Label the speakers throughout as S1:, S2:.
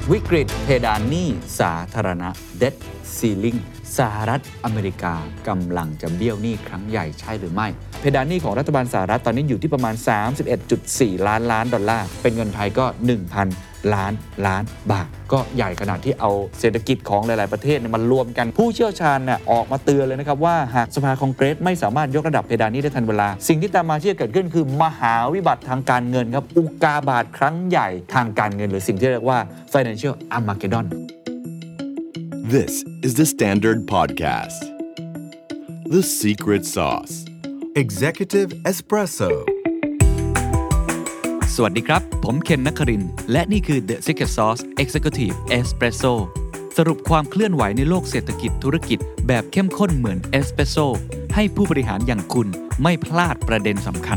S1: วิกฤตเพดานหนี้สาธารณะ Debt Ceiling สหรัฐอเมริกากำลังจะเบี้ยวหนี้ครั้งใหญ่ใช่หรือไม่เพดานหนี้ของรัฐบาลสหรัฐตอนนี้อยู่ที่ประมาณ 31.4 ล้านล้านดอลลาร์เป็นเงินไทยก็ 1,000 ล้านล้านบาทก็ใหญ่ขนาดที่เอาเศรษฐกิจของหลายๆประเทศมารวมกันผู้เชี่ยวชาญออกมาเตือนเลยนะครับว่าหากสภาคองเกรสไม่สามารถยกระดับเพดานหนี้ได้ทันเวลาสิ่งที่ตามมาที่จะเกิดขึ้นคือมหาวิบัติทางการเงินครับอุกาบาตครั้งใหญ่ทางการเงินหรือสิ่งที่เรียกว่า Financial Armageddon
S2: This is the Standard Podcast The Secret Sauce
S3: Executive Espresso
S1: สวัสดีครับผมเคนนครินทร์และนี่คือ The Secret Sauce Executive Espresso สรุปความเคลื่อนไหวในโลกเศรษฐกิจธุรกิจแบบเข้มข้นเหมือนเอสเปรสโซ่ให้ผู้บริหารอย่างคุณไม่พลาดประเด็นสำคัญ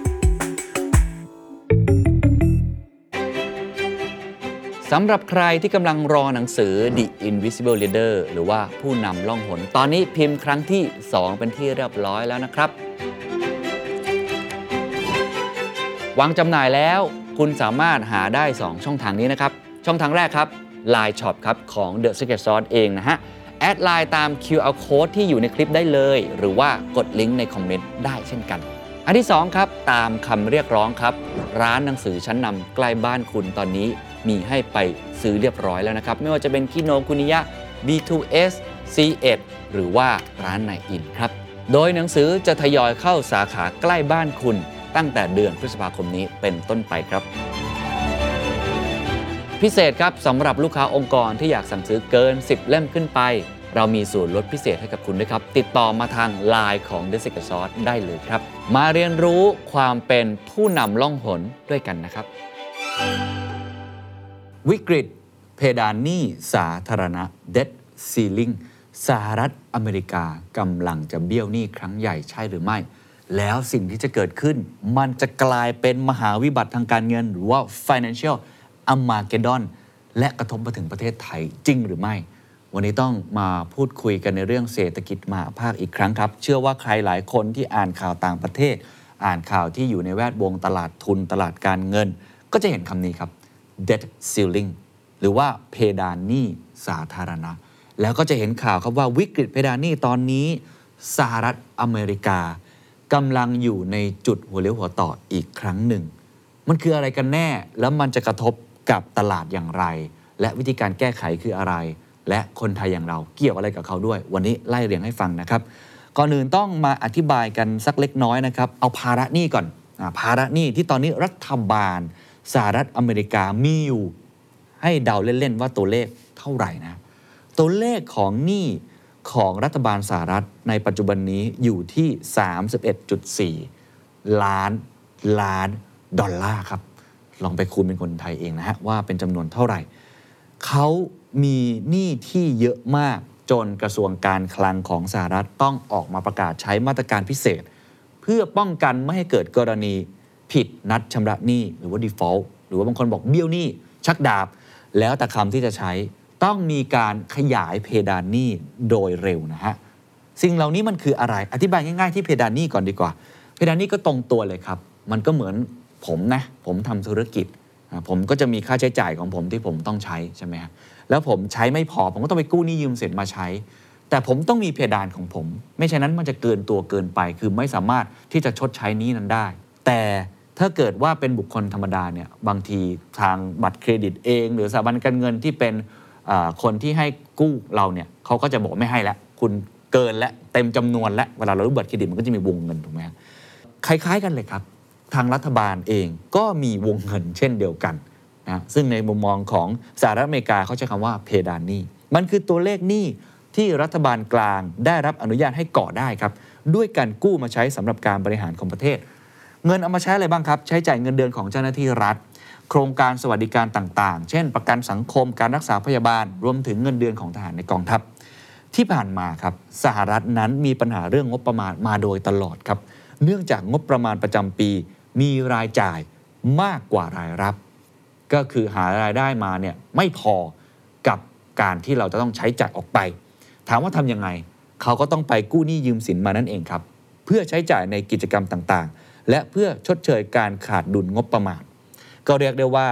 S1: สำหรับใครที่กำลังรอหนังสือ The Invisible Leader หรือว่าผู้นำล่องหนตอนนี้พิมพ์ครั้งที่ 2 เป็นที่เรียบร้อยแล้วนะครับวางจำหน่ายแล้วคุณสามารถหาได้2ช่องทางนี้นะครับช่องทางแรกครับ Line Shop ครับของ The Secret Sauce เองนะฮะแอดไลน์ตาม QR Code ที่อยู่ในคลิปได้เลยหรือว่ากดลิงก์ในคอมเมนต์ได้เช่นกันอันที่2ครับตามคำเรียกร้องครับร้านหนังสือชั้นนำใกล้บ้านคุณตอนนี้มีให้ไปซื้อเรียบร้อยแล้วนะครับไม่ว่าจะเป็นคิโนคุนิยะ B2S C1 หรือว่าร้านไนอินครับโดยหนังสือจะทยอยเข้าสาขาใกล้บ้านคุณตั้งแต่เดือนพฤษภาคมนี้เป็นต้นไปครับพิเศษครับสำหรับลูกค้าองค์กรที่อยากสั่งซื้อเกิน10เล่มขึ้นไปเรามีส่วนลดพิเศษให้กับคุณด้วยครับติดต่อมาทาง LINE ของ The Secret Sauce ได้เลยครับมาเรียนรู้ความเป็นผู้นำล่องหนด้วยกันนะครับวิกฤตเพดานหนี้สาธารณะ Debt Ceiling สหรัฐอเมริกากำลังจะเบี้ยวหนี้ครั้งใหญ่ใช่หรือไม่แล้วสิ่งที่จะเกิดขึ้นมันจะกลายเป็นมหาวิบัติทางการเงินหรือว่า Financial Armageddon และกระทบมาถึงประเทศไทยจริงหรือไม่วันนี้ต้องมาพูดคุยกันในเรื่องเศรษฐกิจมหาภาคอีกครั้งครับเชื่อว่าใครหลายคนที่อ่านข่าวต่างประเทศอ่านข่าวที่อยู่ในแวดวงตลาดทุนตลาดการเงินก็จะเห็นคำนี้ครับ Debt Ceiling หรือว่าเพดานหนี้สาธารณะแล้วก็จะเห็นข่าวครับว่าวิกฤตเพดานหนี้ตอนนี้สหรัฐอเมริกากำลังอยู่ในจุดหัวเลี้ยวหัวต่ออีกครั้งหนึ่งมันคืออะไรกันแน่แล้วมันจะกระทบกับตลาดอย่างไรและวิธีการแก้ไขคืออะไรและคนไทยอย่างเราเกี่ยวอะไรกับเขาด้วยวันนี้ไล่เรียงให้ฟังนะครับก่อนอื่นต้องมาอธิบายกันสักเล็กน้อยนะครับเอาภาระหนี้ก่อนภาระหนี้ที่ตอนนี้รัฐบาลสหรัฐอเมริกามีอยู่ให้เดาเล่นๆว่าตัวเลขเท่าไหร่นะตัวเลขของหนี้ของรัฐบาลสหรัฐในปัจจุบันนี้อยู่ที่ 31.4 ล้านล้านดอลลาร์ครับลองไปคูณเป็นคนไทยเองนะฮะว่าเป็นจำนวนเท่าไหร่เขามีหนี้ที่เยอะมากจนกระทรวงการคลังของสหรัฐต้องออกมาประกาศใช้มาตรการพิเศษเพื่อป้องกันไม่ให้เกิดกรณีผิดนัดชำระหนี้หรือว่า default หรือว่าบางคนบอกเบี้ยวหนี้ชักดาบแล้วแต่คำที่จะใช้ต้องมีการขยายเพดานหนี้โดยเร็วนะฮะสิ่งเหล่านี้มันคืออะไรอธิบายง่ายๆที่เพดานหนี้ก่อนดีกว่าเพดานหนี้ก็ตรงตัวเลยครับมันก็เหมือนผมทำธุรกิจผมก็จะมีค่าใช้จ่ายของผมที่ผมต้องใช้ใช่ไหมฮะแล้วผมใช้ไม่พอผมก็ต้องไปกู้หนี้ยืมสินมาใช้แต่ผมต้องมีเพดานของผมไม่ฉะนั้นมันจะเกินตัวเกินไปคือไม่สามารถที่จะชดใช้หนี้นั้นได้แต่ถ้าเกิดว่าเป็นบุคคลธรรมดาเนี่ยบางทีทางบัตรเครดิตเองหรือสถาบันการเงินที่เป็นคนที่ให้กู้เราเนี่ยเขาก็จะบอกไม่ให้แล้วคุณเกินและเต็มจำนวนและเวลาเรารูดบัตรเครดิตมันก็จะมีวงเงินถูกไหมคล้ายๆกันเลยครับทางรัฐบาลเองก็มีวงเงินเช่นเดียวกันนะซึ่งในมุมมองของสหรัฐอเมริกาเขาใช้คำว่าเพดานหนี้มันคือตัวเลขหนี้ที่รัฐบาลกลางได้รับอนุญาตให้ก่อได้ครับด้วยการกู้มาใช้สำหรับการบริหารของประเทศเงินเอามาใช้อะไรบ้างครับใช้จ่ายเงินเดือนของเจ้าหน้าที่รัฐโครงการสวัสดิการต่างๆเช่นประกันสังคมการรักษาพยาบาลรวมถึงเงินเดือนของทหารในกองทัพที่ผ่านมาครับสหรัฐนั้นมีปัญหาเรื่องงบประมาณมาโดยตลอดครับเนื่องจากงบประมาณประจำปีมีรายจ่ายมากกว่ารายรับก็คือหารายได้มาเนี่ยไม่พอกับการที่เราจะต้องใช้จ่ายออกไปถามว่าทำยังไงเขาก็ต้องไปกู้หนี้ยืมสินมานั่นเองครับเพื่อใช้จ่ายในกิจกรรมต่างๆและเพื่อชดเชยการขาดดุลงบประมาณก็เรียกได้ว่า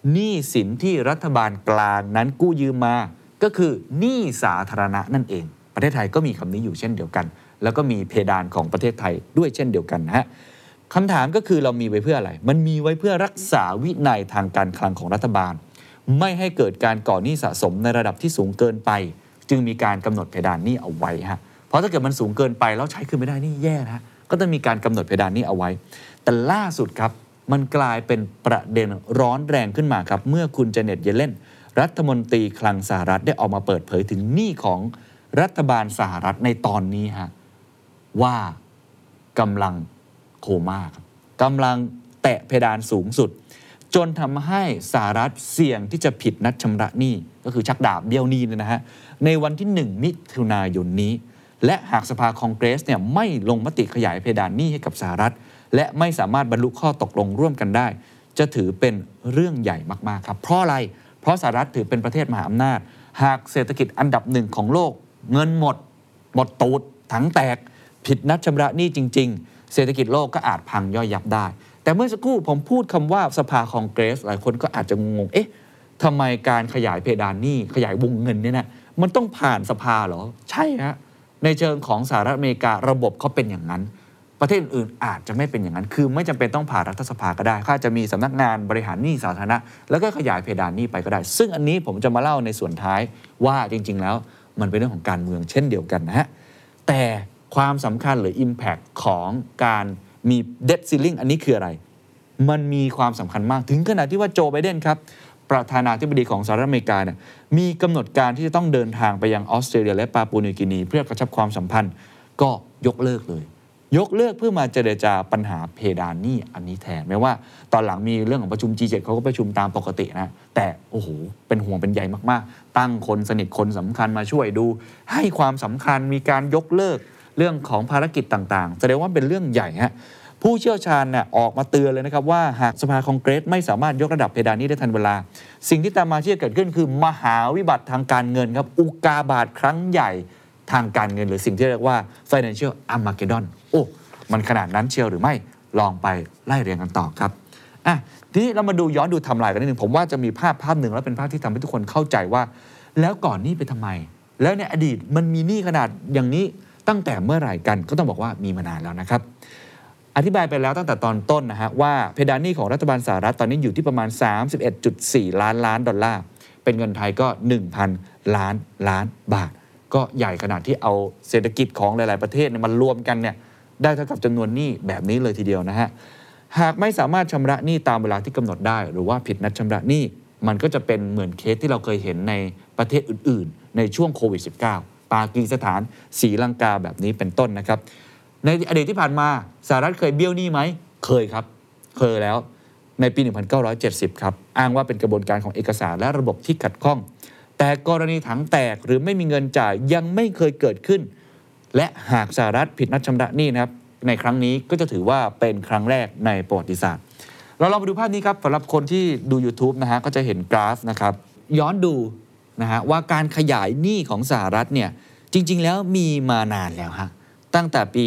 S1: หนี้สินที่รัฐบาลกลางนั้นกู้ยืมมาก็คือหนี้สาธารณะนั่นเองประเทศไทยก็มีคำนี้อยู่เช่นเดียวกันแล้วก็มีเพดานของประเทศไทยด้วยเช่นเดียวกันนะฮะคำถามก็คือเรามีไว้เพื่ออะไรมันมีไว้เพื่อรักษาวินัยทางการคลังของรัฐบาลไม่ให้เกิดการก่อหนี้สะสมในระดับที่สูงเกินไปจึงมีการกำหนดเพดานหนี้เอาไว้ฮะเพราะถ้าเกิดมันสูงเกินไปแล้วใช้คืนไม่ได้นี่แย่นะฮะก็ต้องมีการกำหนดเพดานหนี้เอาไว้แต่ล่าสุดครับมันกลายเป็นประเด็นร้อนแรงขึ้นมาครับเมื่อคุณเจเน็ตเยเลนรัฐมนตรีคลังสหรัฐได้ออกมาเปิดเผยถึงหนี้ของรัฐบาลสหรัฐในตอนนี้ฮะว่ากำลังโคม่าครับกำลังแตะเพดานสูงสุดจนทำให้สหรัฐเสี่ยงที่จะผิดนัดชำระหนี้ก็คือชักดาบเบี้ยวหนี้นะฮะในวันที่1มิถุนายนนี้และหากสภาคองเกรสเนี่ยไม่ลงมติขยายเพดานหนี้ให้กับสหรัฐและไม่สามารถบรรลุข้อตกลงร่วมกันได้จะถือเป็นเรื่องใหญ่มากๆครับเพราะอะไรเพราะสหรัฐถือเป็นประเทศมหาอำนาจหากเศรษฐกิจอันดับหนึ่งของโลกเงินหมดตูดถังแตกผิดนัดชำระหนี้จริงๆเศรษฐกิจโลกก็อาจพังย่อยยับได้แต่เมื่อสักครู่ผมพูดคำว่าสภาคองเกรสหลายคนก็อาจจะงงทำไมการขยายเพดานหนี้ขยายวงเงินเนี่ยนะมันต้องผ่านสภาเหรอใช่ฮะในเชิงของสหรัฐอเมริการะบบเขาเป็นอย่างนั้นประเทศอื่นอาจจะไม่เป็นอย่างนั้นคือไม่จำเป็นต้องผ่านรัฐสภาก็ได้เขาจะมีสำนักงานบริหารหนี้สาธารณะแล้วก็ขยายเพดานหนี้ไปก็ได้ซึ่งอันนี้ผมจะมาเล่าในส่วนท้ายว่าจริงๆแล้วมันเป็นเรื่องของการเมืองเช่นเดียวกันนะฮะแต่ความสำคัญหรือ Impact ของการมี Debt Ceiling อันนี้คืออะไรมันมีความสำคัญมากถึงขนาดที่ว่าโจไบเดนครับประธานาธิบดีของสหรัฐอเมริกาเนี่ยมีกำหนดการที่จะต้องเดินทางไปยังออสเตรเลียและปาปัวนิวกินีเพื่อกระชับความสัมพันธ์ก็ยกเลิกเลยยกเลิกเพื่อมาเจรจาปัญหาเพดานหนี้อันนี้แทนแม้ว่าตอนหลังมีเรื่องของประชุม G7 เขาก็ประชุมตามปกตินะแต่โอ้โหเป็นห่วงเป็นใยมากๆตั้งคนสนิทคนสำคัญมาช่วยดูให้ความสำคัญมีการยกเลิกเรื่องของภารกิจต่างๆแสดงว่าเป็นเรื่องใหญ่ฮะผู้เชี่ยวชาญเนี่ยออกมาเตือนเลยนะครับว่าหากสภาคองเกรสไม่สามารถยกระดับเพดานนี้ได้ทันเวลาสิ่งที่ตามมาที่จะเกิดขึ้นคือมหาวิบัติทางการเงินครับอุกาบาตครั้งใหญ่ทางการเงินหรือสิ่งที่เรียกว่า Financial Armageddon โอ้มันขนาดนั้นเชียวหรือไม่ลองไปไล่เรียงกันต่อครับทีนี้เรามาดูย้อนดูไทม์ไลน์กันนิดนึงผมว่าจะมีภาพหนึ่งแล้วเป็นภาพที่ทำให้ทุกคนเข้าใจว่าแล้วก่อนหนี้ไปทำไมแล้วในอดีตมันมีหนี้ขนาดอย่างนี้ตั้งแต่เมื่อไหร่กันก็ต้องบอกว่ามีมานานแล้วนะครับอธิบายไปแล้วตั้งแต่ตอนต้นนะฮะว่าเพดานหนี้ของรัฐบาลสหรัฐตอนนี้อยู่ที่ประมาณ 31.4 ล้านดอลลาร์เป็นเงินไทยก็ 1,000 ล้านบาทก็ใหญ่ขนาดที่เอาเศรษฐกิจของหลายๆประเทศมันรวมกันเนี่ยได้เท่ากับจำนวนหนี้แบบนี้เลยทีเดียวนะฮะหากไม่สามารถชำระหนี้ตามเวลาที่กำหนดได้หรือว่าผิดนัดชำระหนี้มันก็จะเป็นเหมือนเคสที่เราเคยเห็นในประเทศอื่นๆในช่วงโควิด -19 ปากีสถานศรีลังกาแบบนี้เป็นต้นนะครับในอดีตที่ผ่านมาสหรัฐเคยเบี้ยวหนี้ไหมเคยครับเคยแล้วในปี 1970 ครับอ้างว่าเป็นกระบวนการของเอกสารและระบบที่ขัดข้องแต่กรณีถังแตกหรือไม่มีเงินจ่ายยังไม่เคยเกิดขึ้นและหากสหรัฐผิดนัดชำระหนี้นะครับในครั้งนี้ก็จะถือว่าเป็นครั้งแรกในประวัติศาสตร์เราลองไปดูภาพนี้ครับสำหรับคนที่ดู YouTube นะฮะก็จะเห็นกราฟนะครับย้อนดูนะฮะว่าการขยายหนี้ของสหรัฐเนี่ยจริงๆแล้วมีมานานแล้วฮะตั้งแต่ปี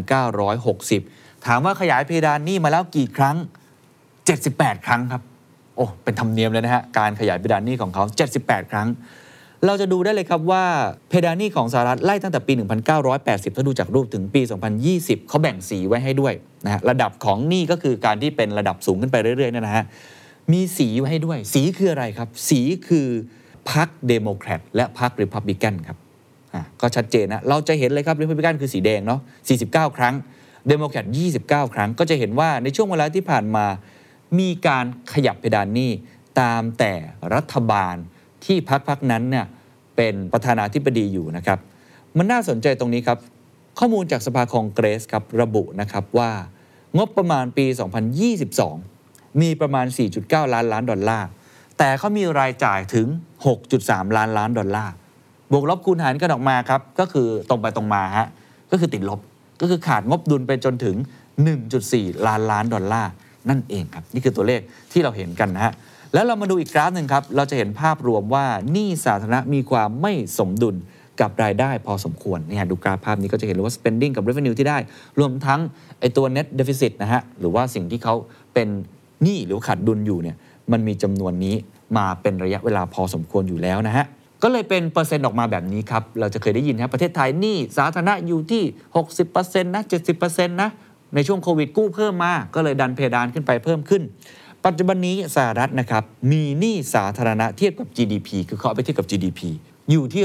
S1: 1960 ถามว่าขยายเพดานหนี้มาแล้วกี่ครั้ง 78 ครั้งครับโอ้เป็นธรรมเนียมเลยนะฮะการขยายเพดานหนี้ของเขา78 ครั้งเราจะดูได้เลยครับว่าเพดานหนี้ของสหรัฐไล่ตั้งแต่ปี 1980 ถ้าดูจากรูปถึงปี 2020 เขาแบ่งสีไว้ให้ด้วยนะฮะระดับของหนี้ก็คือการที่เป็นระดับสูงขึ้นไปเรื่อยๆนะฮะมีสีไว้ให้ด้วยสีคืออะไรครับสีคือพรรคเดโมแครตและพรรครีพับลิกันครับก็ชัดเจนนะเราจะเห็นเลยครับรีพับลิกันคือสีแดงเนาะ49 ครั้งเดโมแครต29 ครั้งก็จะเห็นว่าในช่วงเวลาที่ผ่านมามีการขยับเพดานหนี้ตามแต่รัฐบาลที่พรรคนั้นเนี่ยเป็นประธานาธิบดีอยู่นะครับมันน่าสนใจตรงนี้ครับข้อมูลจากสภาคองเกรสครับระบุนะครับว่างบประมาณปี 2022 มีประมาณ 4.9 ล้านดอลลาร์แต่เขามีรายจ่ายถึง 6.3 ล้านดอลลาร์บวกลบคูณหารกันออกมาครับก็คือตรงไปตรงมาฮะก็คือติดลบก็คือขาดงบดุลไปจนถึง 1.4 ล้านดอลลาร์นั่นเองครับนี่คือตัวเลขที่เราเห็นกันนะฮะแล้วเรามาดูอีกกราฟหนึ่งครับเราจะเห็นภาพรวมว่าหนี้สาธารณะมีความไม่สมดุลกับรายได้พอสมควรเนี่ยดูกราฟภาพนี้ก็จะเห็นเลยว่า spending กับ revenue ที่ได้รวมทั้งไอตัว net deficit นะฮะหรือว่าสิ่งที่เขาเป็นหนี้หรือขาดดุลอยู่เนี่ยมันมีจำนวนนี้มาเป็นระยะเวลาพอสมควรอยู่แล้วนะฮะก็เลยเป็นเปอร์เซ็นต์ออกมาแบบนี้ครับเราจะเคยได้ยินครับประเทศไทยหนี้สาธารณะอยู่ที่ 60% นะ 70% นะในช่วงโควิดกู้เพิ่มมาก็เลยดันเพดานขึ้นไปเพิ่มขึ้นปัจจุบันนี้สหรัฐนะครับมีหนี้สาธารณะเทียบกับ GDP คือเขาเอาไปเทียบกับ GDP อยู่ที่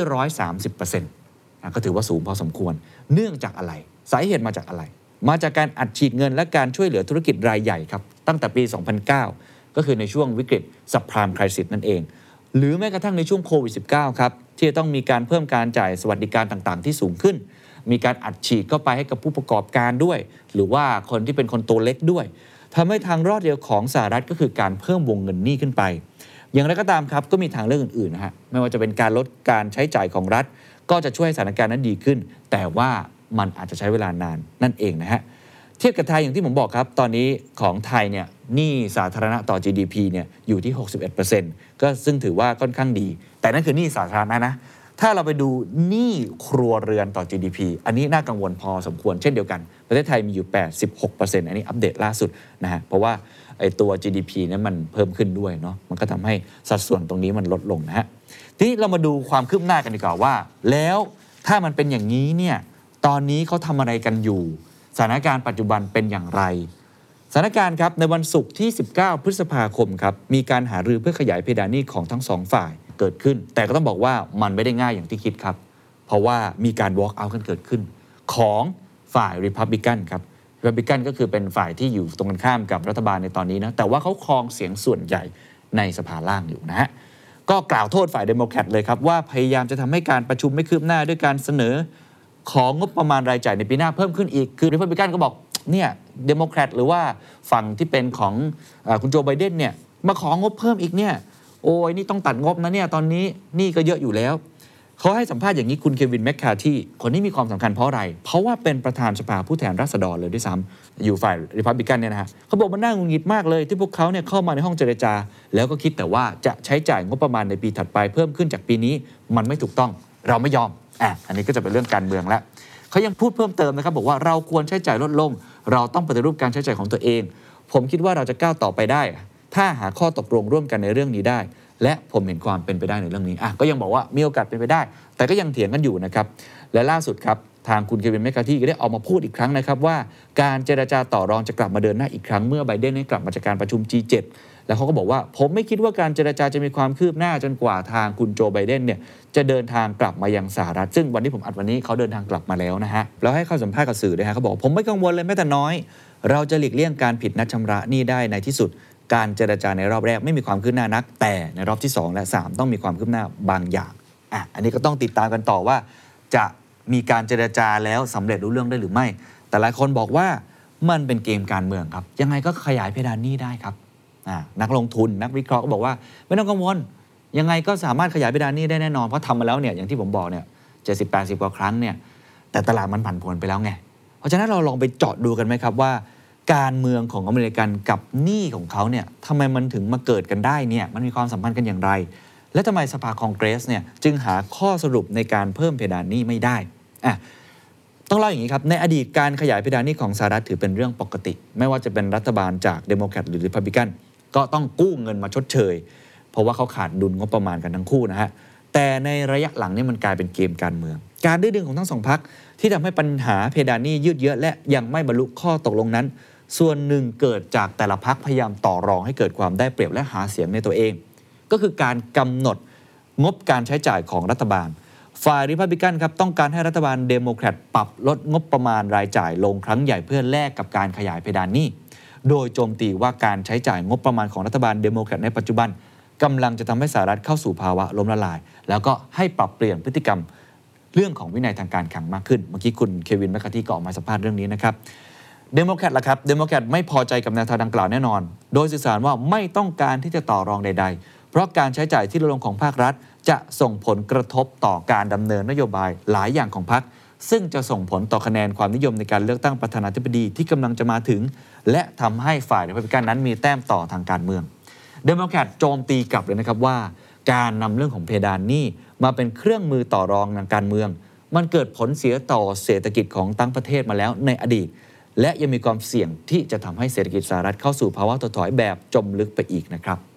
S1: 130%ก็ถือว่าสูงพอสมควรเนื่องจากอะไรสาเหตุมาจากอะไรมาจากการอัดฉีดเงินและการช่วยเหลือธุรกิจรายใหญ่ครับตั้งแต่ปี 2009 ก็คือในช่วงวิกฤต Subprime Crisis นั่นเองหรือแม้กระทั่งในช่วงโควิด -19 ครับที่จะต้องมีการเพิ่มการจ่ายสวัสดิการต่างๆที่สูงขึ้นมีการอัดฉีดเข้าไปให้กับผู้ประกอบการด้วยหรือว่าคนที่เป็นคนตัวเล็กด้วยทำให้ทางรอดเดียวของสหรัฐก็คือการเพิ่มวงเงินหนี้ขึ้นไปอย่างไรก็ตามครับก็มีทางเลือกอื่นๆนะฮะไม่ว่าจะเป็นการลดการใช้จ่ายของรัฐก็จะช่วยให้สถานการณ์นั้นดีขึ้นแต่ว่ามันอาจจะใช้เวลานานนั่นเองนะฮะเทียบกับไทยอย่างที่ผมบอกครับตอนนี้ของไทยเนี่ยหนี้สาธารณะต่อ GDP เนี่ยอยู่ที่ 61% ก็ซึ่งถือว่าค่อนข้างดีแต่นั่นคือหนี้สาธารณะนะถ้าเราไปดูหนี้ครัวเรือนต่อ GDP อันนี้น่ากังวลพอสมควรเช่นเดียวกันประเทศไทยมีอยู่ 86% อันนี้อัปเดตล่าสุดนะฮะเพราะว่าไอ้ตัว GDP นั้นมันเพิ่มขึ้นด้วยเนาะมันก็ทำให้สัดส่วนตรงนี้มันลดลงนะฮะทีนี้เรามาดูความคืบหน้ากันดีกว่าว่าแล้วถ้ามันเป็นอย่างนี้เนี่ยตอนนี้เขาทำอะไรกันอยู่สถานการณ์ปัจจุบันเป็นอย่างไรสถานการณ์ครับในวันศุกร์ที่ 19 พฤษภาคมครับมีการหารือเพื่อขยายเพดานหนี้ของทั้งสองฝ่ายเกิดขึ้นแต่ก็ต้องบอกว่ามันไม่ได้ง่ายอย่างที่คิดครับเพราะว่ามีการ walk out กันเกิดขึ้นของฝ่าย Republican ครับ Republican ก็คือเป็นฝ่ายที่อยู่ตรงกันข้ามกับรัฐบาลในตอนนี้นะแต่ว่าเขาครองเสียงส่วนใหญ่ในสภาล่างอยู่นะฮะก็กล่าวโทษฝ่ายเดโมแครตเลยครับว่าพยายามจะทำให้การประชุมไม่คืบหน้าด้วยการเสนอของงบประมาณรายจ่ายในปีหน้าเพิ่มขึ้นอีกคือ Republican ก็บอกเนี่ยเดโมแครตหรือว่าฝั่งที่เป็นของคุณโจไบเดนเนี่ยมาของงบเพิ่มอีกเนี่ยโอ้ยนี่ต้องตัดงบนะเนี่ยตอนนี้นี่ก็เยอะอยู่แล้วเขาให้สัมภาษณ์อย่างนี้คุณเควินแมคคาร์ธีคนนี้มีความสำคัญเพราะอะไรเพราะว่าเป็นประธานสภาผู้แทนราษฎรเลยด้วยซ้ำอยู่ฝ่ายริพับลิกันเนี่ยนะฮะเขาบอกมันน่าหงุดหงิดมากเลยที่พวกเขาเนี่ยเข้ามาในห้องเจรจาแล้วก็คิดแต่ว่าจะใช้จ่ายงบประมาณในปีถัดไปเพิ่มขึ้นจากปีนี้มันไม่ถูกต้องเราไม่ยอมอันนี้ก็จะเป็นเรื่องการเมืองแล้วเขายังพูดเพิ่มเติมนะครับบอกว่าเราควรใช้จ่ายลดลงเราต้องปฏิรูปการใช้จ่ายของตัวเองผมคิดว่าเราจะก้าวต่อไปได้ถ้าหาข้อตกลงร่วมกันในเรื่องนี้ได้และผมเห็นความเป็นไปได้ในเรื่องนี้ก็ยังบอกว่ามีโอกาสเป็นไปได้แต่ก็ยังเถียงกันอยู่นะครับและล่าสุดครับทางคุณเควินแมคคาร์ธีก็ได้ออกมาพูดอีกครั้งนะครับว่าการเจรจาต่อรองจะกลับมาเดินหน้าอีกครั้งเมื่อไบเดนได้กลับมาจากการประชุม G7 แล้วเขาก็บอกว่าผมไม่คิดว่าการเจรจาจะมีความคืบหน้าจนกว่าทางคุณโจไบเดนเนี่ยจะเดินทางกลับมายังสหรัฐซึ่งวันที่ผมอัดวันนี้เขาเดินทางกลับมาแล้วนะฮะแล้วให้เขาสัมภาษณ์กับสื่อด้วยฮะเขาบอกผมไม่กังวลเลยแม้แต่น้อยเราจะหลีกเลี่ยงการผิดนัดชำระหนี้ได้ในที่สุดการเจรจาในรอบแรกไม่มีความคืบหน้านักแต่ในรอบที่2และ3ต้องมีความคืบหน้าบางอย่างอันนี้ก็ต้องติดตามกันต่อว่าจะมีการเจรจาแล้วสำเร็จรู้เรื่องได้หรือไม่แต่หลายคนบอกว่ามันเป็นเกมการเมืองครับยังไงก็ขยายเพดานหนี้ได้ครับนักลงทุนนักวิเคราะห์ก็บอกว่าไม่ต้องกังวลยังไงก็สามารถขยายเพดานหนี้ได้แน่นอนเพราะทำมาแล้วเนี่ยอย่างที่ผมบอกเนี่ย70-80 กว่าครั้งเนี่ยแต่ตลาดมันผันผวนไปแล้วไงเพราะฉะนั้นเราลองไปเจาะดูกันไหมครับว่าการเมืองของอเมริกันกับหนี้ของเขาเนี่ยทำไมมันถึงมาเกิดกันได้เนี่ยมันมีความสัมพันธ์กันอย่างไรและทำไมสภาคองเกรสเนี่ยจึงหาข้อสรุปในการเพิ่มเพดานหนี้ไม่ได้ต้องเล่าอย่างนี้ครับในอดีตการขยายเพดานหนี้ของสหรัฐถือเป็นเรื่องปกติไม่ว่าจะเป็นรัฐบาลจากเดโมแครตหรือริพับลิกันก็ต้องกู้เงินมาชดเชยเพราะว่าเขาขาดดุลงบประมาณกันทั้งคู่นะฮะแต่ในระยะหลังนี่มันกลายเป็นเกมการเมืองการดื้อดึงของทั้งสองพรรคที่ทำให้ปัญหาเพดานหนี้ยืดเยื้อและยังไม่บรรลุข้อตกลงนั้นส่วนหนึ่งเกิดจากแต่ละพรรคพยายามต่อรองให้เกิดความได้เปรียบและหาเสียงในตัวเองก็คือการกำหนดงบการใช้จ่ายของรัฐบาลฝ่ายริพับลิกันครับต้องการให้รัฐบาลเดโมแครตปรับลดงบประมาณรายจ่ายลงครั้งใหญ่เพื่อแลกกับการขยายเพดานหนี้โดยโจมตีว่าการใช้จ่ายงบประมาณของรัฐบาลเดโมแครตในปัจจุบันกำลังจะทำให้สหรัฐเข้าสู่ภาวะล้มละลายแล้วก็ให้ปรับเปลี่ยนพฤติกรรมเรื่องของวินัยทางการคลังมากขึ้นเมื่อกี้คุณเควินแมคคาร์ธีก็ออกมาสัมภาษณ์เรื่องนี้นะครับเดโมแครตล่ะครับเดโมแครตไม่พอใจกับแนวทางดังกล่าวแน่นอนโดยสื่อสารว่าไม่ต้องการที่จะต่อรองใดๆเพราะการใช้จ่ายที่ลดลงของภาครัฐจะส่งผลกระทบต่อการดำเนินนโยบายหลายอย่างของพรรคซึ่งจะส่งผลต่อคะแนนความนิยมในการเลือกตั้งประธานาธิบดีที่กำลังจะมาถึงและทำให้ฝ่ายริพับลิกันนั้นมีแต้มต่อทางการเมืองเดโมแครตโจมตีกลับเลยนะครับว่าการนำเรื่องของเพดานหนี้มาเป็นเครื่องมือต่อรองทางการเมืองมันเกิดผลเสียต่อเศรษฐกิจของทั้งประเทศมาแล้วในอดีตและยังมีความเสี่ยงที่จะทำให้เศรษฐกิจสหรัฐเข้าสู่ภาวะถดถอยแบบจมลึกไปอีกนะครับ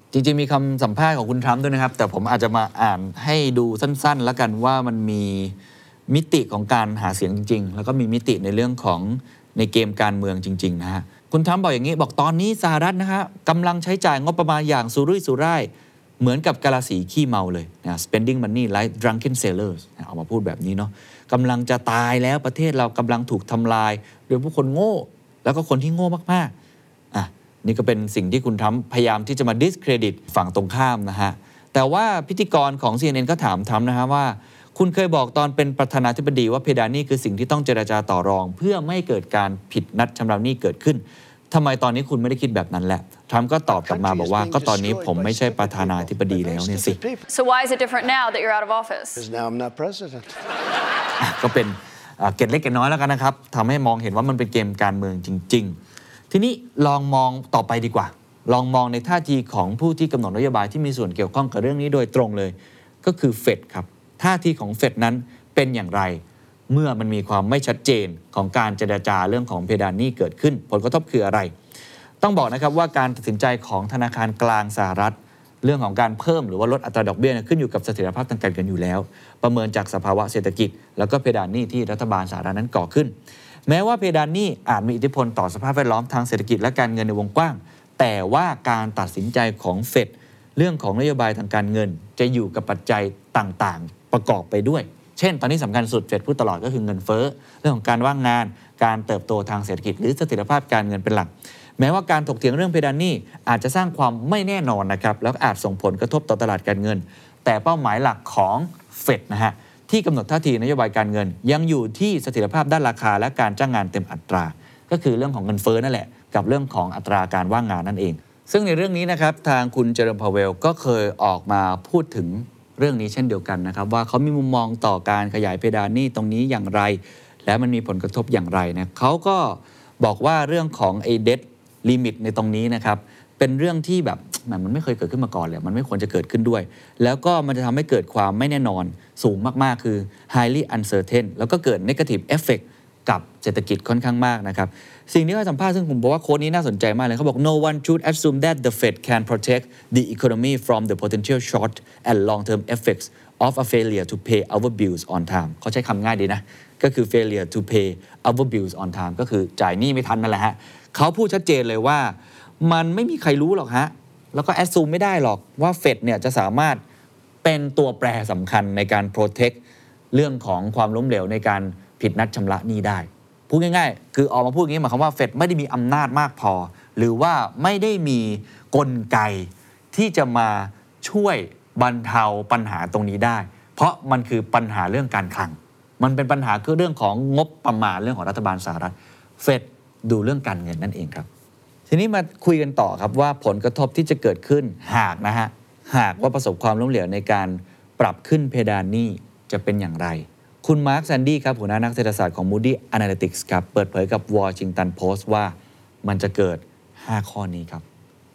S1: จริงๆมีคำสัมภาษณ์ของคุณทรัมป์ด้วยนะครับแต่ผมอาจจะมาอ่านให้ดูสั้นๆแล้วกันว่ามันมีมิติของการหาเสียงจริงๆแล้วก็มีมิติในเรื่องของในเกมการเมืองจริงๆนะฮะคุณทรัมป์บอกอย่างนี้บอกตอนนี้สหรัฐนะฮะกำลังใช้จ่ายงบประมาณอย่างสุรุ่ยสุร่ายเหมือนกับกาลาสีขี้เมาเลยนะ spending money like drunken sailors เอามาพูดแบบนี้เนาะกำลังจะตายแล้วประเทศเรากำลังถูกทำลายโดยผู้คนโง่แล้วก็คนที่โง่มากๆนี่ก็เป็นสิ่งที่คุณทรัมป์พยายามที่จะมา discredit ฝั่งตรงข้ามนะฮะแต่ว่าพิธีกรของ CNN ก็ถามทรัมป์นะฮะว่าคุณเคยบอกตอนเป็นประธานาธิบดีว่าเพดานหนี้คือสิ่งที่ต้องเจรจาต่อรองเพื่อไม่เกิดการผิดนัดชำระหนี้เกิดขึ้นทำไมตอนนี้คุณไม่ได้คิดแบบนั้นแหละทรัมป์ก็ตอบกลับมาบอกว่าก็ตอนนี้ผมไม่ใช่ประธานาธิบดีแล้วเนี่ยสิ
S4: So why is it different now that you're out of office?
S5: Because now I'm not president.
S1: ก็เป็นเกร็ดเล็กเกร็ดน้อยแล้วกันนะครับทำให้มองเห็นว่ามันเป็นเกมการเมืองจริงๆทีนี้ลองมองต่อไปดีกว่าลองมองในท่าทีของผู้ที่กำหนดนโยบายที่มีส่วนเกี่ยวข้องกับเรื่องนี้โดยตรงเลยก็คือเฟดครับท่าทีของเฟดนั้นเป็นอย่างไรเมื่อมันมีความไม่ชัดเจนของการเจรจาเรื่องของเพดานหนี้เกิดขึ้นผลกระทบคืออะไรต้องบอกนะครับว่าการตัดสินใจของธนาคารกลางสหรัฐเรื่องของการเพิ่มหรือว่าลดอัตราดอกเบี้ยขึ้นอยู่กับเสถียรภาพทางการเงินอยู่แล้วประเมินจากสภาวะเศรษฐกิจแล้วก็เพดานหนี้ที่รัฐบาลสหรัฐนั้นก่อขึ้นแม้ว่าเพดานหนี้อาจมีอิทธิพลต่อสภาพแวดล้อมทางเศรษฐกิจและการเงินในวงกว้างแต่ว่าการตัดสินใจของเฟดเรื่องของนโยบายทางการเงินจะอยู่กับปัจจัยต่างๆประกอบไปด้วยเช่นตอนนี้สำคัญสุดเฟดพูดตลอดก็คือเงินเฟ้อเรื่องของการว่างงานการเติบโตทางเศรษฐกิจหรือเสถียรภาพการเงินเป็นหลักแม้ว่าการถกเถียงเรื่องเพดานหนี้อาจจะสร้างความไม่แน่นอนนะครับแล้วอาจส่งผลกระทบต่อตลาดการเงินแต่เป้าหมายหลักของเฟดนะฮะที่กำหนดท่าทีนโยบายการเงินยังอยู่ที่เสถียรภาพด้านราคาและการจ้างงานเต็มอัตราก็คือเรื่องของเงินเฟ้อนั่นแหละกับเรื่องของอัตราการว่างงานนั่นเองซึ่งในเรื่องนี้นะครับทางคุณเจอร์มพาเวลก็เคยออกมาพูดถึงเรื่องนี้เช่นเดียวกันนะครับว่าเขามีมุมมองต่อการขยายเพดานหนี้ตรงนี้อย่างไรและมันมีผลกระทบอย่างไรนะเขาก็บอกว่าเรื่องของไอ้เดทลิมิตในตรงนี้นะครับเป็นเรื่องที่แบบมันไม่เคยเกิดขึ้นมาก่อนเลยมันไม่ควรจะเกิดขึ้นด้วยแล้วก็มันจะทำให้เกิดความไม่แน่นอนสูงมากๆคือ highly uncertain แล้วก็เกิด negative effect กับเศรษฐกิจค่อนข้างมากนะครับสิ่งที่เขาสัมภาษณ์ซึ่งผมบอกว่าโค้ดนี้น่าสนใจมากเลยเขาบอก no one should assume that the Fed can protect the economy from the potential short and long-term effects of a failure to pay our bills on time เขาใช้คำง่ายดีนะก็คือ failure to pay our bills on time ก็คือจ่ายหนี้ไม่ทันนั่นแหละฮะเขาพูดชัดเจนเลยว่ามันไม่มีใครรู้หรอกฮะแล้วก็ assume ไม่ได้หรอกว่า Fed เนี่ยจะสามารถเป็นตัวแปรสำคัญในการ protect เรื่องของความล้มเหลวในการผิดนัดชำระหนี้ได้พูดง่ายๆคือออกมาพูดอย่างนี้หมายความว่าเฟดไม่ได้มีอำนาจมากพอหรือว่าไม่ได้มีกลไกที่จะมาช่วยบรรเทาปัญหาตรงนี้ได้เพราะมันคือปัญหาเรื่องการคลังมันเป็นปัญหาคือเรื่องของงบประมาณเรื่องของรัฐบาลสหรัฐเฟดดูเรื่องการเงินนั่นเองครับทีนี้มาคุยกันต่อครับว่าผลกระทบที่จะเกิดขึ้นหากว่าประสบความล้มเหลวในการปรับขึ้นเพดานหนี้จะเป็นอย่างไรคุณมาร์คแซนดี้ครับหัวหน้านักเศรษฐศาสตร์ของ Moody Analytics ครับเปิดเผยกับ Washington Post ว่ามันจะเกิด5ข้อนี้ครับ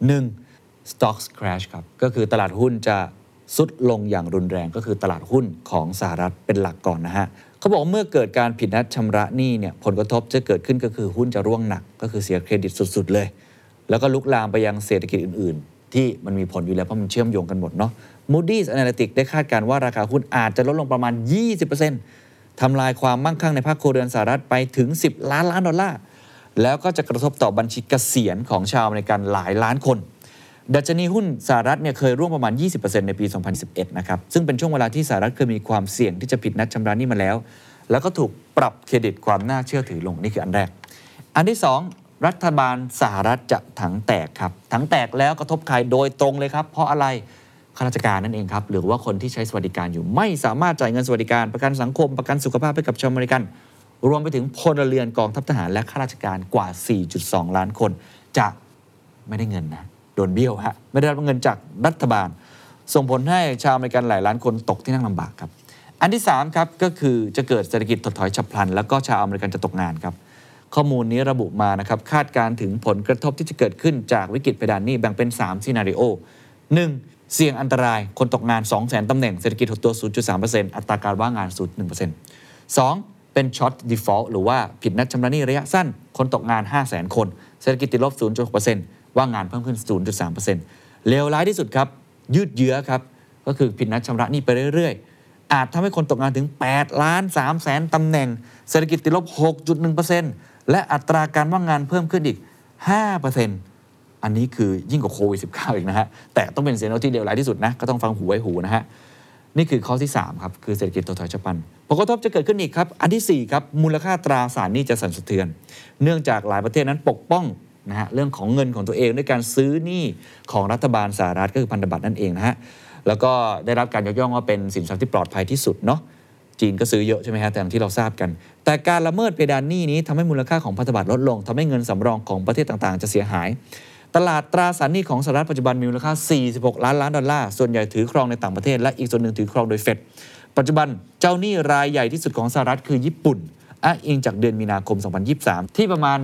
S1: 1. Stocks crash ครับก็คือตลาดหุ้นจะทรุดลงอย่างรุนแรงก็คือตลาดหุ้นของสหรัฐเป็นหลักก่อนนะฮะเขาบอกเมื่อเกิดการผิดนัดชำระหนี้เนี่ยผลกระทบจะเกิดขึ้นก็คือหุ้นจะร่วงหนักก็คือเสียเครดิตสุดๆเลยแล้วก็ลุกลามไปยังเศรษฐกิจอื่นๆที่มันมีผลอยู่แล้วเพราะมันเชื่อมโยงกันหมดเนาะ Moody's Analytics ได้คาดการณ์ว่าราคาหุ้นอาจจะลดลงประมาณ 20%ทำลายความมั่งคั่งในภาคครัวเรือนสหรัฐไปถึง$10 ล้านแล้วก็จะกระทบต่อบัญชีเกษียณของชาวอเมริกันหลายล้านคนดัชนีหุ้นสหรัฐเนี่ยเคยร่วงประมาณ 20% ในปี 2011 นะครับซึ่งเป็นช่วงเวลาที่สหรัฐเคยมีความเสี่ยงที่จะผิดนัดชำระหนี้มาแล้วก็ถูกปรับเครดิตความน่าเชื่อถือลงนี่คืออันแรกอันที่2รัฐบาลสหรัฐจะถังแตกครับถังแตกแล้วกระทบใครโดยตรงเลยครับเพราะอะไรข้าราชการนั่นเองครับหรือว่าคนที่ใช้สวัสดิการอยู่ไม่สามารถจ่ายเงินสวัสดิการประกันสังคมประกันสุขภาพให้กับชาวอเมริกันรวมไปถึงพลเรือนกองทัพทหารและข้าราชการกว่า 4.2 ล้านคนจะไม่ได้เงินนะโดนเบี้ยวฮะไม่ได้รับเงินจากรัฐบาลส่งผลให้ชาวอเมริกันหลายล้านคนตกที่นั่งลำบากครับอันที่3ครับก็คือจะเกิดเศรษฐกิจถดถอยฉับพลันแล้วก็ชาวอเมริกันจะตกงานครับข้อมูลนี้ระบุมานะครับคาดการถึงผลกระทบที่จะเกิดขึ้นจากวิกฤตเพดานหนี้แบ่งเป็น3ซีนาริโอ 1. เสี่ยงอันตรายคนตกงาน 200,000 ตำแหน่งเศรษฐกิจหดตัว 0.3% อัตราการว่างงาน 0.1% 2. เป็น short default หรือว่าผิดนัดชำระหนี้ระยะสั้นคนตกงาน 500,000 คนเศรษฐกิจติดลบ 0.6% ว่างงานเพิ่มขึ้น 0.3% เลวร้ายที่สุดครับยืดเยื้อครับก็คือผิดนัดชำระหนี้ไปเรื่อยๆอาจทำให้คนตกงานถึง8,300,000ตำแหน่งเศรษฐกิจติดลบ 6.1% และอัตราการว่างงานเพิ่มขึ้นอีก 5%อันนี้คือยิ่งกว่าโควิด 19 อีกนะฮะแต่ต้องเป็นซีนาริโอที่เลวร้ายที่สุดนะก็ต้องฟังหูไว้หูนะฮะนี่คือข้อที่3ครับคือเศรษฐกิจถดถอยฉับพลันผลกระทบจะเกิดขึ้นอีกครับอันที่4ครับมูลค่าตราสารหนี้จะสั่นสะเทือนเนื่องจากหลายประเทศนั้นปกป้องนะฮะเรื่องของเงินของตัวเองด้วยการซื้อหนี้ของรัฐบาลสหรัฐก็คือพันธบัตรนั่นเองนะฮะแล้วก็ได้รับการยกย่องว่าเป็นสินทรัพย์ที่ปลอดภัยที่สุดเนาะจีนก็ซื้อเยอะใช่ไหมฮะแต่อย่างที่เราทราบกันแต่การละเมิดเพดานหนี้นี้ทำให้มูลค่าของพันธบัตรลดลงทำให้เงินสำรองของประเทศต่างๆจะเสียหายตลาดตราสารหนี้ของสหรัฐปัจจุบันมีมูลค่า46 ล้านล้านดอลลาร์ส่วนใหญ่ถือครองในต่างประเทศและอีกส่วนหนึ่งถือครองโดยเฟดปัจจุบันเจ้าหนี้รายใหญ่ที่สุดของสหรัฐคือญี่ปุ่นอ้างอิงจากเดือนมีนาคม 2023 ที่ประมาณ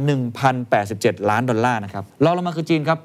S1: 1,087 ล้านดอลลาร์นะครับรองลงมาคือจีนครับ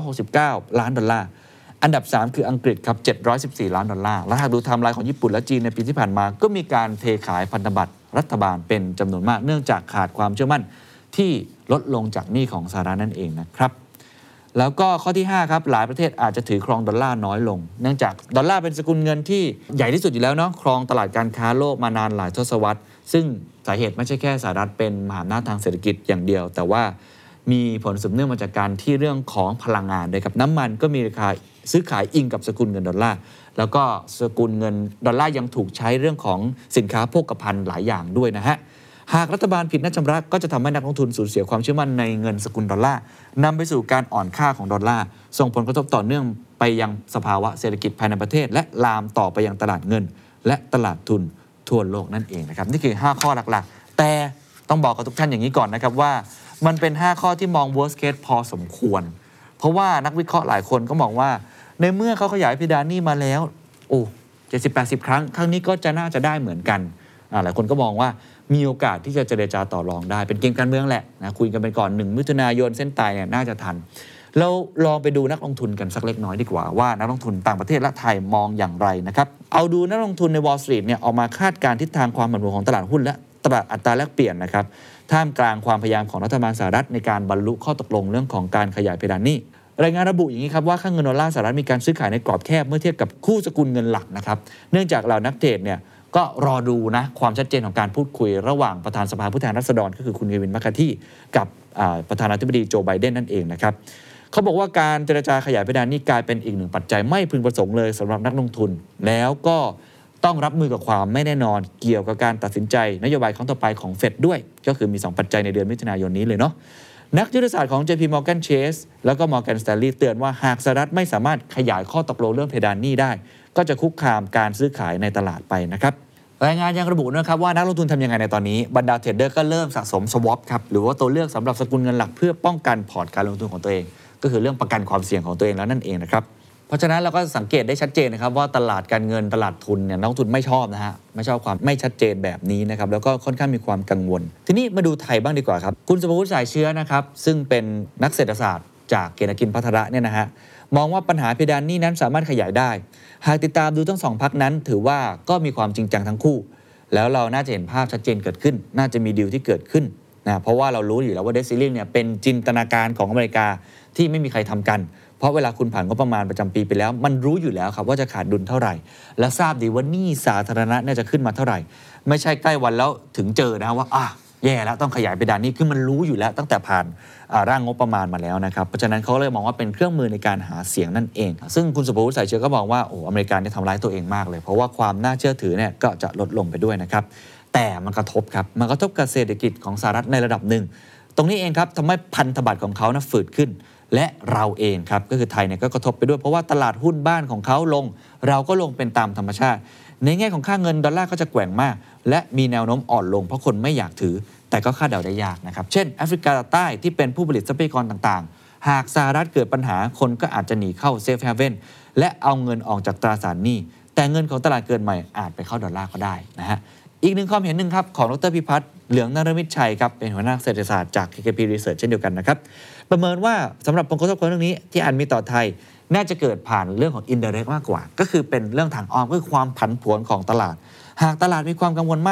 S1: 869 ล้านดอลลาร์อันดับ3คืออังกฤษครับ714 ล้านดอลลาร์และหากดูไทม์ไลน์ของญี่ปุ่นและจีนในปีที่ผ่านมาก็มีการเทขายพันธบัตรรัฐบาลเป็นจำนวนมากเนื่องจากขาดความเชื่อมั่นที่ลดลงจากหนี้ของสหรัฐนั่นเองนะครับแล้วก็ข้อที่5ครับหลายประเทศอาจจะถือครองดอลลาร์น้อยลงเนื่องจากดอลลาร์เป็นสกุลเงินที่ใหญ่ที่สุดอยู่แล้วเนาะครองตลาดการค้าโลกมานานหลายทศวรรษซึ่งสาเหตุไม่ใช่แค่สหรัฐเป็นมหาอำนาจทางเศรษฐกิจอย่างเดียวแต่ว่ามีผลสืบเนื่องมาจากการที่เรื่องของพลังงานด้วยครับน้ำมันก็มีราคาซื้อขายอิงกับสกุลเงินดอลลาร์แล้วก็สกุลเงินดอลลาร์ยังถูกใช้เรื่องของสินค้าโภคภัณฑ์หลายอย่างด้วยนะฮะหากรัฐบาลผิดนัดชำระก็จะทำให้นักลงทุนสูญเสียความเชื่อมั่นในเงินสกุลดอลลาร์นำไปสู่การอ่อนค่าของดอลลาร์ส่งผลกระทบต่อเนื่องไปยังสภาวะเศรษฐกิจภายในประเทศและลามต่อไปยังตลาดเงินและตลาดทุนทั่วโลกนั่นเองนะครับนี่คือ5ข้อหลักๆแต่ต้องบอกกับทุกท่านอย่างนี้ก่อนนะครับว่ามันเป็น5ข้อที่มอง worst case พอสมควรเพราะว่านักวิเคราะห์หลายคนก็มองว่าในเมื่อเขาขยายเพดานหนี้มาแล้ว70-80 ครั้งครั้งนี้ก็จะน่าจะได้เหมือนกันหลายคนก็มองว่ามีโอกาสที่จะเจรจาต่อรองได้เป็นเกมการเมืองแหละนะคุยกันไปก่อน1 มิถุนายนเส้นตายเนี่ยน่าจะทันเราลองไปดูนักลงทุนกันสักเล็กน้อยดีกว่าว่านักลงทุนต่างประเทศและไทยมองอย่างไรนะครับเอาดูนักลงทุนใน Wall Street เนี่ยออกมาคาดการณ์ทิศทางความผันผวนของตลาดหุ้นและตลาดอัตราแลกเปลี่ยนนะครับท่ามกลางความพยายามของรัฐบาลสหรัฐในการบรรลุข้อตกลงเรื่องของการขยายเพดานหนี้รายงานระบุอย่างนี้ครับว่าค่าเงินดอลลาร์สหรัฐมีการซื้อขายในกรอบแคบเมื่อเทียบกับคู่สกุลเงินหลักนะครับเนื่องจากเหล่านักเทรดเนี่ยก็รอดูนะความชัดเจนของการพูดคุยระหว่างประธานสภาผู้แทนราษฎรก็คือคุณเควิน แมคคาร์ธีกับประธานาธิบดีโจไบเดนนั่นเองนะครับเขาบอกว่าการเจรจาขยายเพดานนี้กลายเป็นอีกหนึ่งปัจจัยไม่พึงประสงค์เลยสำหรับนักลงทุนแล้วก็ต้องรับมือกับความไม่แน่นอนเกี่ยวกับการตัดสินใจนโยบายครั้งต่อไปของเฟดด้วยก็คือมี2ปัจจัยในเดือนมิถุนายนนี้เลยเนาะนักยุทธศาสตร์ของ JP Morgan Chase แล้วก็ Morgan Stanley เตือนว่าหากสหรัฐไม่สามารถขยายข้อตกลงเรื่องเพดานหนี้ได้ก็จะคุกคามการซื้อขายในตลาดไปนะครับรายงานยังระบุนะครับว่านักลงทุนทำยังไงในตอนนี้บรรดาเทรดเดอร์ก็เริ่มสะสม swap ครับหรือว่าตัวเลือกสำหรับสกุลเงินหลักเพื่อป้องกันพอร์ตการลงทุนของตัวเองก็คือเรื่องประกันความเสี่ยงของตัวเองแล้วนั่นเองนะครับเพราะฉะนั้นเราก็สังเกตได้ชัดเจนนะครับว่าตลาดการเงินตลาดทุนเนี่ยนักลงทุนไม่ชอบนะฮะไม่ชอบความไม่ชัดเจนแบบนี้นะครับแล้วก็ค่อนข้างมีความกังวลทีนี้มาดูไทยบ้างดีกว่าครับคุณสุภวุฒิสายเชื้อนะครับซึ่งเป็นนักเศรษฐศาสตร์จากเกณฑ์กินภัทระเนี่ยนะฮะมองว่าปัญหาเพดานหนี้นั้นสามารถขยายได้หากติดตามดูทั้ง2พรรคนั้นถือว่าก็มีความจริงจังทั้งคู่แล้วเราน่าจะเห็นภาพชัดเจนเกิดขึ้นน่าจะมีดีลที่เกิดขึ้นนะเพราะว่าเรารู้อยู่แล้วว่าเดซิลิ่งเนี่ยเป็นจินตนาการของอเมริกาที่ไม่มีใครทำกันเพราะเวลาคุณผ่านงบประมาณประจำปีไปแล้วมันรู้อยู่แล้วครับว่าจะขาดดุลเท่าไหร่และทราบดีว่าหนี้สาธารณะน่าจะขึ้นมาเท่าไหร่ไม่ใช่ใกล้วันแล้วถึงเจอนะว่าแย่แล้วต้องขยายเพดานนี้คือมันรู้อยู่แล้วตั้งแต่ผ่านร่างงบประมาณมาแล้วนะครับเพราะฉะนั้นเขาเลยมองว่าเป็นเครื่องมือในการหาเสียงนั่นเองซึ่งคุณสุภวุฒิสายเชื้อก็มองว่าอเมริกาเนี่ยทำร้ายตัวเองมากเลยเพราะว่าความน่าเชื่อถือเนี่ยก็จะลดลงไปด้วยนะครับแต่มันกระทบครับมันกระทบกับเศรษฐกิจของสหรัฐในระดับหนึ่งตรงนี้เองครับทำให้พันธบัตรของเขาฝืดขึ้นและเราเองครับก็คือไทยเนี่ยก็กระทบไปด้วยเพราะว่าตลาดหุ้นบ้านของเขาลงเราก็ลงเป็นตามธรรมชาติในแง่ของค่าเงินดอลลาร์ก็จะแกว่งมากและมีแนวโน้มอ่อนลงเพราะคนไม่อยากถือแต่ก็คาดเดาได้ยากนะครับเช่นแอฟริกาใต้ที่เป็นผู้ผลิตทรัพยากรต่างๆหากสหรัฐเกิดปัญหาคนก็อาจจะหนีเข้าเซฟเฮเว่นและเอาเงินออกจากตราสารหนี้แต่เงินของตลาดเกินใหม่อาจไปเข้าดอลลาร์ก็ได้นะฮะอีกหนึ่งความเห็นหนึ่งครับของดร.พิพัฒน์เหลืองนรมิตรชัยครับเป็นหัวหน้าเศรษฐศาสตร์จาก KKP Research เช่นเดียวกันนะครับประเมินว่าสำหรับผลกระทบของเรื่องนี้ที่อาจมีต่อไทยน่าจะเกิดผ่านเรื่องของ indirect มากกว่าก็คือเป็นเรื่องทางอ้อมก็คือความผันผวนของตลาดหากตลาดมีความกังวลมาก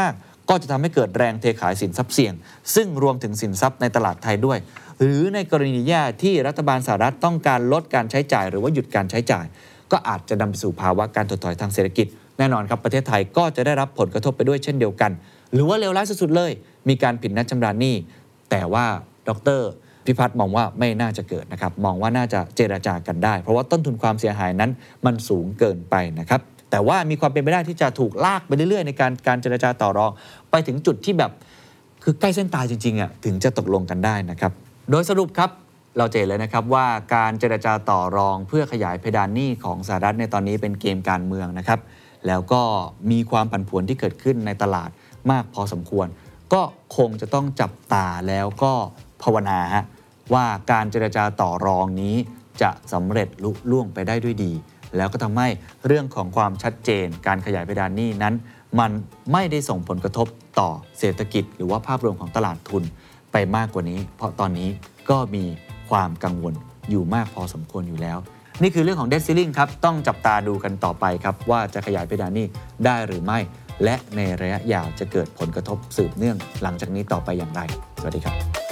S1: ก็จะทำให้เกิดแรงเทขายสินทรัพย์เสี่ยงซึ่งรวมถึงสินทรัพย์ในตลาดไทยด้วยหรือในกรณีแย่ที่รัฐบาลสหรัฐต้องการลดการใช้จ่ายหรือว่าหยุดการใช้จ่ายก็อาจจะนำไปสู่ภาวะการถดถอยทางเศรษฐกิจแน่นอนครับประเทศไทยก็จะได้รับผลกระทบไปด้วยเช่นเดียวกันหรือว่าเลวร้ายสุดๆเลยมีการผิดนัดชำระหนี้แต่ว่าดร.พิพัฒน์มองว่าไม่น่าจะเกิดนะครับมองว่าน่าจะเจรจากันได้เพราะว่าต้นทุนความเสียหายนั้นมันสูงเกินไปนะครับแต่ว่ามีความเป็นไปได้ที่จะถูกลากไปเรื่อยๆในการเจรจาต่อรองไปถึงจุดที่แบบคือใกล้เส้นตายจริงๆถึงจะตกลงกันได้นะครับโดยสรุปครับเราจะเห็นเลยนะครับว่าการเจรจาต่อรองเพื่อขยายเพดานหนี้ของสหรัฐในตอนนี้เป็นเกมการเมืองนะครับแล้วก็มีความผันผวนที่เกิดขึ้นในตลาดมากพอสมควรก็คงจะต้องจับตาแล้วก็ภาวนาว่าการเจรจาต่อรองนี้จะสำเร็จลุล่วงไปได้ด้วยดีแล้วก็ทำให้เรื่องของความชัดเจนการขยายเพดานหนี้นั้นมันไม่ได้ส่งผลกระทบต่อเศรษฐกิจหรือว่าภาพรวมของตลาดทุนไปมากกว่านี้เพราะตอนนี้ก็มีความกังวลอยู่มากพอสมควรอยู่แล้วนี่คือเรื่องของ Debt Ceiling ครับต้องจับตาดูกันต่อไปครับว่าจะขยายเพดานหนี้ได้หรือไม่และในระยะยาวจะเกิดผลกระทบสืบเนื่องหลังจากนี้ต่อไปอย่างไรสวัสดีครับ